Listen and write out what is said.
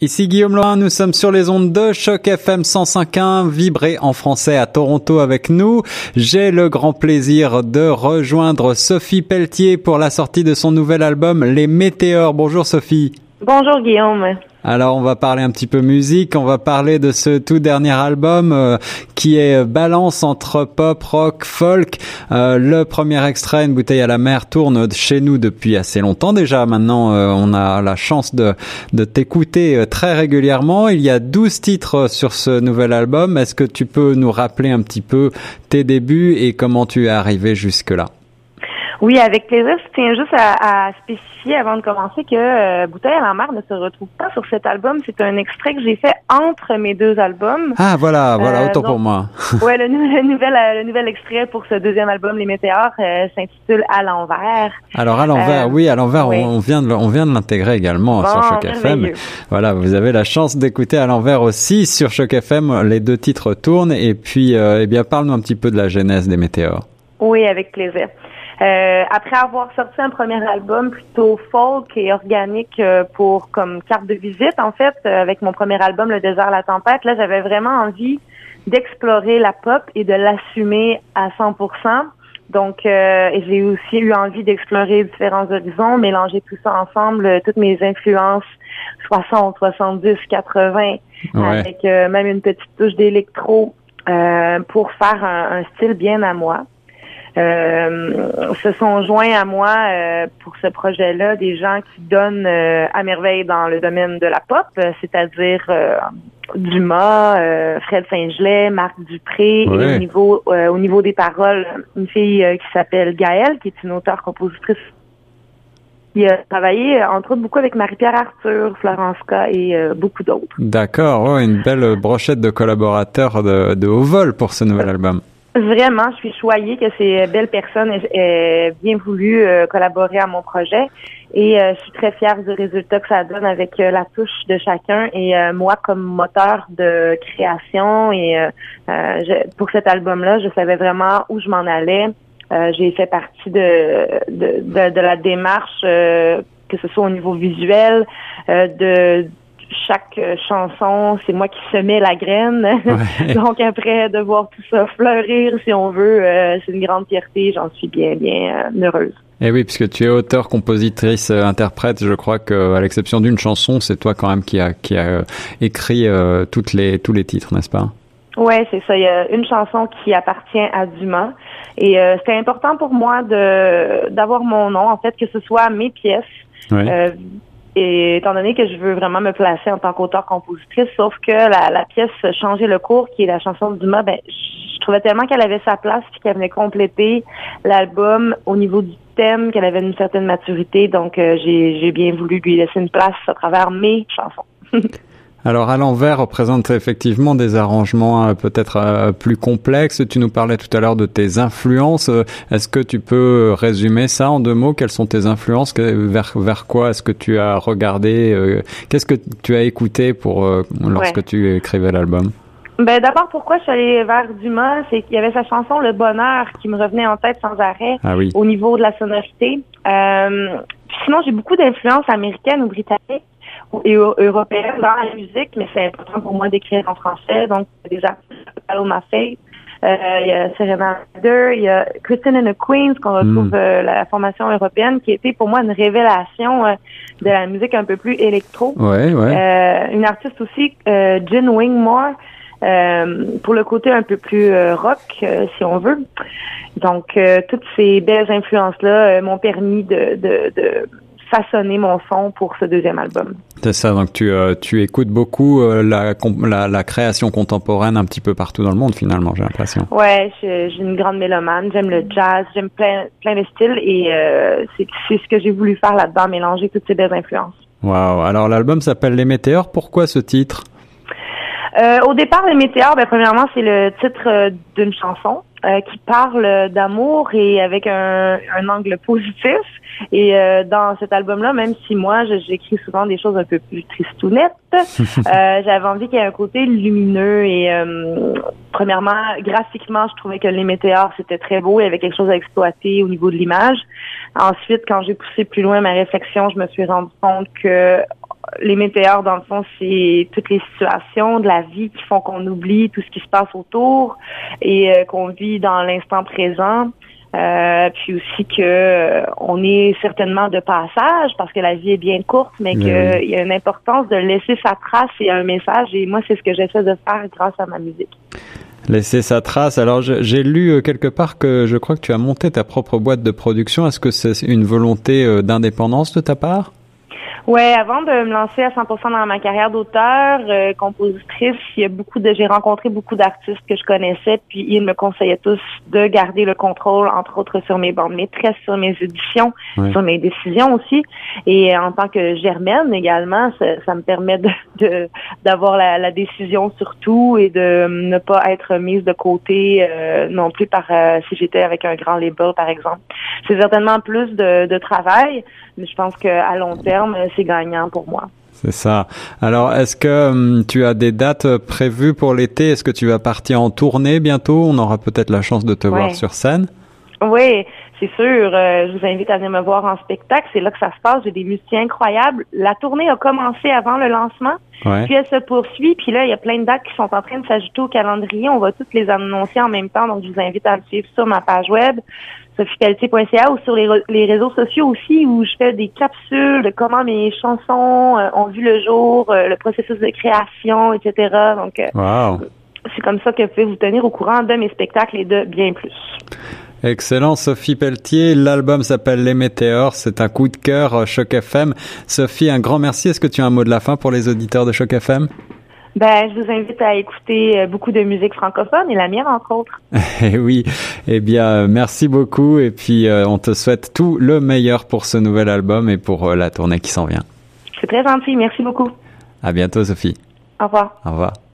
Ici Guillaume Laurin, nous sommes sur les ondes de Choc FM 105.1, vibré en français à Toronto avec nous. J'ai le grand plaisir de rejoindre Sophie Pelletier pour la sortie de son nouvel album Les Météores. Bonjour Sophie. Bonjour Guillaume. Alors on va parler un petit peu musique, on va parler de ce tout dernier album qui est balance entre pop, rock, folk. Le premier extrait, Une bouteille à la mer, tourne chez nous depuis assez longtemps déjà. Maintenant on a la chance de t'écouter très régulièrement. Il y a 12 titres sur ce nouvel album. Est-ce que tu peux nous rappeler un petit peu tes débuts et comment tu es arrivé jusque-là? Oui, avec plaisir. Je tiens juste à spécifier avant de commencer que Bouteille à la mer ne se retrouve pas sur cet album. C'est un extrait que j'ai fait entre mes deux albums. Ah, voilà, autant pour moi. Ouais, le nouvel extrait pour ce deuxième album, Les Météores, s'intitule À l'envers. Alors, à l'envers, oui, à l'envers, oui. On vient de l'intégrer également sur Choc FM. Voilà, vous avez la chance d'écouter À l'envers aussi sur Choc FM. Les deux titres tournent et puis, eh bien, parle-nous un petit peu de la genèse des Météores. Oui, avec plaisir. Après avoir sorti un premier album plutôt folk et organique pour comme carte de visite, en fait, avec mon premier album, Le désert, la tempête, là, j'avais vraiment envie d'explorer la pop et de l'assumer à 100%. Donc, j'ai aussi eu envie d'explorer différents horizons, mélanger tout ça ensemble, toutes mes influences 60, 70, 80, avec même une petite touche d'électro pour faire un style bien à moi. Se sont joints à moi pour ce projet-là des gens qui donnent à merveille dans le domaine de la pop, c'est-à-dire Dumas, Fred Saint-Gelais, Marc Dupré, et au niveau des paroles, une fille qui s'appelle Gaëlle, qui est une auteure-compositrice qui a travaillé entre autres beaucoup avec Marie-Pierre Arthur, Florence K et beaucoup d'autres. D'accord, une belle brochette de collaborateurs de haut vol pour ce nouvel album. Vraiment, je suis choyée que ces belles personnes aient bien voulu collaborer à mon projet et je suis très fière du résultat que ça donne avec la touche de chacun et moi comme moteur de création et pour cet album-là, je savais vraiment où je m'en allais. J'ai fait partie de la démarche que ce soit au niveau visuel, de chaque chanson, c'est moi qui semais la graine. Ouais. Donc après, de voir tout ça fleurir, si on veut, c'est une grande fierté. J'en suis bien heureuse. Et oui, puisque tu es auteur, compositrice, interprète, je crois que à l'exception d'une chanson, c'est toi quand même qui a écrit tous les titres, n'est-ce pas? Ouais, c'est ça. Il y a une chanson qui appartient à Dumas. Et c'était important pour moi d'avoir mon nom, en fait, que ce soit mes pièces. Ouais. Et étant donné que je veux vraiment me placer en tant qu'auteur-compositrice, sauf que la pièce Changer le cours, qui est la chanson de Dumas, je trouvais tellement qu'elle avait sa place puis qu'elle venait compléter l'album au niveau du thème, qu'elle avait une certaine maturité. Donc, j'ai bien voulu lui laisser une place à travers mes chansons. Alors, À l'envers représente effectivement des arrangements peut-être plus complexes. Tu nous parlais tout à l'heure de tes influences. Est-ce que tu peux résumer ça en 2 mots? Quelles sont tes influences? Vers quoi est-ce que tu as regardé? Qu'est-ce que tu as écouté lorsque tu écrivais l'album? Ben d'abord, pourquoi je suis allée vers Dumas, c'est qu'il y avait sa chanson Le Bonheur qui me revenait en tête sans arrêt au niveau de la sonorité. Sinon, j'ai beaucoup d'influences américaines ou britanniques et européennes dans la musique, mais c'est important pour moi d'écrire en français. Donc, des artistes comme Paloma Faith, il y a Serena Ryder, il y a Christine and the Queens, qu'on retrouve la formation européenne, qui était pour moi une révélation de la musique un peu plus électro. Une artiste aussi, Gin Wingmore, pour le côté un peu plus rock, si on veut. Donc, toutes ces belles influences-là m'ont permis de façonner mon son pour ce deuxième album. C'est ça, donc tu écoutes beaucoup la création contemporaine un petit peu partout dans le monde, finalement, j'ai l'impression. Ouais, j'ai une grande mélomane, j'aime le jazz, j'aime plein de styles et c'est ce que j'ai voulu faire là-dedans, mélanger toutes ces belles influences. Wow. Alors l'album s'appelle Les Météores, pourquoi ce titre? Au départ, Les Météores, premièrement, c'est le titre d'une chanson qui parle d'amour et avec un angle positif. Et dans cet album-là, même si moi, j'écris souvent des choses un peu plus tristounettes, j'avais envie qu'il y ait un côté lumineux et premièrement, graphiquement, je trouvais que Les Météores, c'était très beau. Il y avait quelque chose à exploiter au niveau de l'image. Ensuite, quand j'ai poussé plus loin ma réflexion, je me suis rendu compte que les météores, dans le fond, c'est toutes les situations de la vie qui font qu'on oublie tout ce qui se passe autour et qu'on vit dans l'instant présent. Puis aussi que on est certainement de passage parce que la vie est bien courte, mais qu'il y a une importance de laisser sa trace et un message. Et moi, c'est ce que j'essaie de faire grâce à ma musique. Laisser sa trace. Alors, j'ai lu quelque part que je crois que tu as monté ta propre boîte de production. Est-ce que c'est une volonté d'indépendance de ta part? Ouais, avant de me lancer à 100% dans ma carrière d'auteur, compositrice, j'ai rencontré beaucoup d'artistes que je connaissais, puis ils me conseillaient tous de garder le contrôle, entre autres sur mes bandes maîtresses, sur mes éditions, sur mes décisions aussi. Et en tant que Germaine également, ça me permet d'avoir la décision sur tout et de ne pas être mise de côté non plus par si j'étais avec un grand label, par exemple. C'est certainement plus de travail, mais je pense qu'à long terme, c'est gagnant pour moi. C'est ça. Alors, est-ce que tu as des dates prévues pour l'été? Est-ce que tu vas partir en tournée bientôt? On aura peut-être la chance de te voir sur scène. Oui, c'est sûr. Je vous invite à venir me voir en spectacle. C'est là que ça se passe. J'ai des musiciens incroyables. La tournée a commencé avant le lancement. Puis elle se poursuit. Puis là, il y a plein de dates qui sont en train de s'ajouter au calendrier. On va toutes les annoncer en même temps. Donc, je vous invite à me suivre sur ma page web, sophiepelletier.ca, ou sur les réseaux sociaux aussi, où je fais des capsules de comment mes chansons ont vu le jour, le processus de création, etc. Donc, c'est comme ça que vous pouvez vous tenir au courant de mes spectacles et de bien plus. Excellent, Sophie Pelletier. L'album s'appelle Les Météores. C'est un coup de cœur, Choc FM. Sophie, un grand merci. Est-ce que tu as un mot de la fin pour les auditeurs de Choc FM? Je vous invite à écouter beaucoup de musique francophone et la mienne, entre autres. Oui. Eh bien, merci beaucoup. Et puis, on te souhaite tout le meilleur pour ce nouvel album et pour la tournée qui s'en vient. C'est très gentil. Merci beaucoup. À bientôt, Sophie. Au revoir. Au revoir.